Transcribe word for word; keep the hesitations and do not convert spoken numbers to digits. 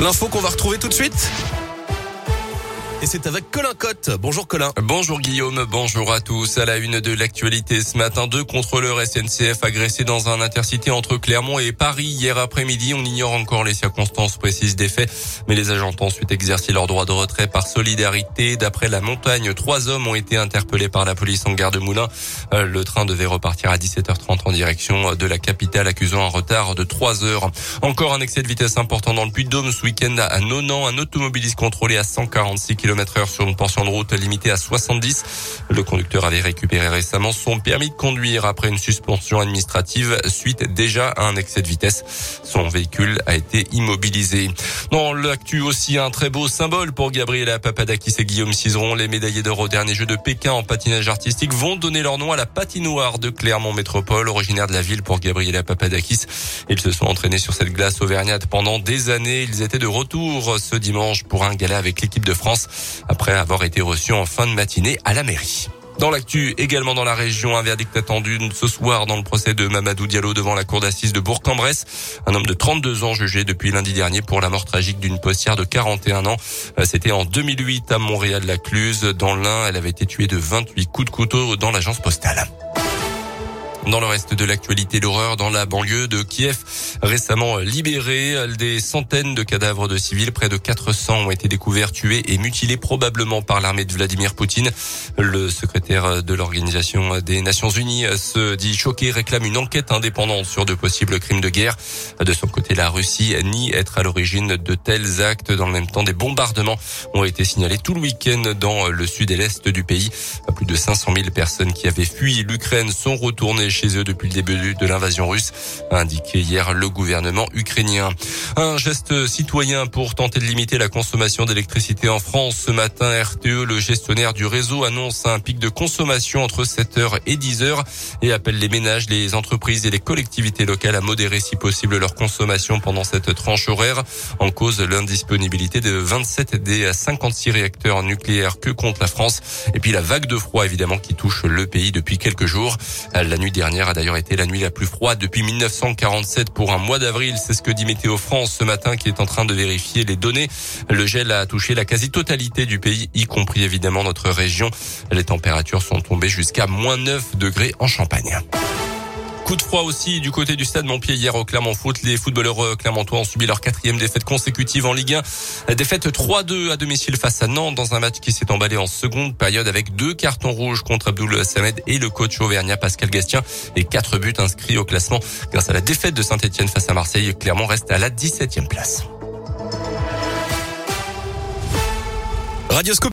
L'info qu'on va retrouver tout de suite. Et c'est avec Colin Cotte. Bonjour Colin. Bonjour Guillaume, bonjour à tous. À la une de l'actualité ce matin, deux contrôleurs S N C F agressés dans un intercité entre Clermont et Paris hier après-midi. On ignore encore les circonstances précises des faits, mais les agents ont ensuite exercé leur droit de retrait par solidarité. D'après La Montagne, trois hommes ont été interpellés par la police en gare de Moulins. Le train devait repartir à dix-sept heures trente en direction de la capitale, accusant un retard de trois heures. Encore un excès de vitesse important dans le Puy-de-Dôme ce week-end à Nonant. Un automobiliste contrôlé à cent quarante-six kilomètres heure sur une portion de route limitée à soixante-dix. Le conducteur avait récupéré récemment son permis de conduire après une suspension administrative suite déjà à un excès de vitesse. Son véhicule a été immobilisé. Dans l'actu aussi, un très beau symbole pour Gabriela Papadakis et Guillaume Cizeron. Les médaillés d'or aux derniers Jeux de Pékin en patinage artistique vont donner leur nom à la patinoire de Clermont Métropole, originaire de la ville pour Gabriela Papadakis. Ils se sont entraînés sur cette glace auvergnate pendant des années. Ils étaient de retour ce dimanche pour un gala avec l'équipe de France, après avoir été reçus en fin de matinée à la mairie. Dans l'actu, également dans la région, un verdict attendu ce soir dans le procès de Mamadou Diallo devant la cour d'assises de Bourg-en-Bresse. Un homme de trente-deux ans jugé depuis lundi dernier pour la mort tragique d'une postière de quarante et un ans. C'était en deux mille huit à Montréal-la-Cluse. Dans l'Ain, elle avait été tuée de vingt-huit coups de couteau dans l'agence postale. Dans le reste de l'actualité, l'horreur dans la banlieue de Kiev, récemment libérée. Des centaines de cadavres de civils, près de quatre cents ont été découverts, tués et mutilés probablement par l'armée de Vladimir Poutine. Le secrétaire de l'Organisation des Nations Unies se dit choqué, réclame une enquête indépendante sur de possibles crimes de guerre. De son côté, la Russie nie être à l'origine de tels actes. Dans le même temps, des bombardements ont été signalés tout le week-end dans le sud et l'est du pays. Plus de cinq cent mille personnes qui avaient fui l'Ukraine sont retournées chez eux depuis le début de l'invasion russe, a indiqué hier le gouvernement ukrainien. Un geste citoyen pour tenter de limiter la consommation d'électricité en France. Ce matin, R T E, le gestionnaire du réseau, annonce un pic de consommation entre sept heures et dix heures et appelle les ménages, les entreprises et les collectivités locales à modérer si possible leur consommation pendant cette tranche horaire. En cause, l'indisponibilité de vingt-sept des cinquante-six réacteurs nucléaires que compte la France. Et puis la vague de froid, évidemment, qui touche le pays depuis quelques jours. La nuit dernière a d'ailleurs été la nuit la plus froide depuis mille neuf cent quarante-sept pour un mois d'avril. C'est ce que dit Météo France ce matin, qui est en train de vérifier les données. Le gel a touché la quasi-totalité du pays, y compris évidemment notre région. Les températures sont tombées jusqu'à moins neuf degrés en Champagne. Coup de froid aussi du côté du stade Montpied hier au Clermont Foot. Les footballeurs clermontois ont subi leur quatrième défaite consécutive en Ligue un. Défaite trois deux à domicile face à Nantes dans un match qui s'est emballé en seconde période avec deux cartons rouges contre Abdoul Samed et le coach auvergnat Pascal Gastien et quatre buts inscrits au classement. Grâce à la défaite de Saint-Etienne face à Marseille, Clermont reste à la dix-septième place. Radioscope.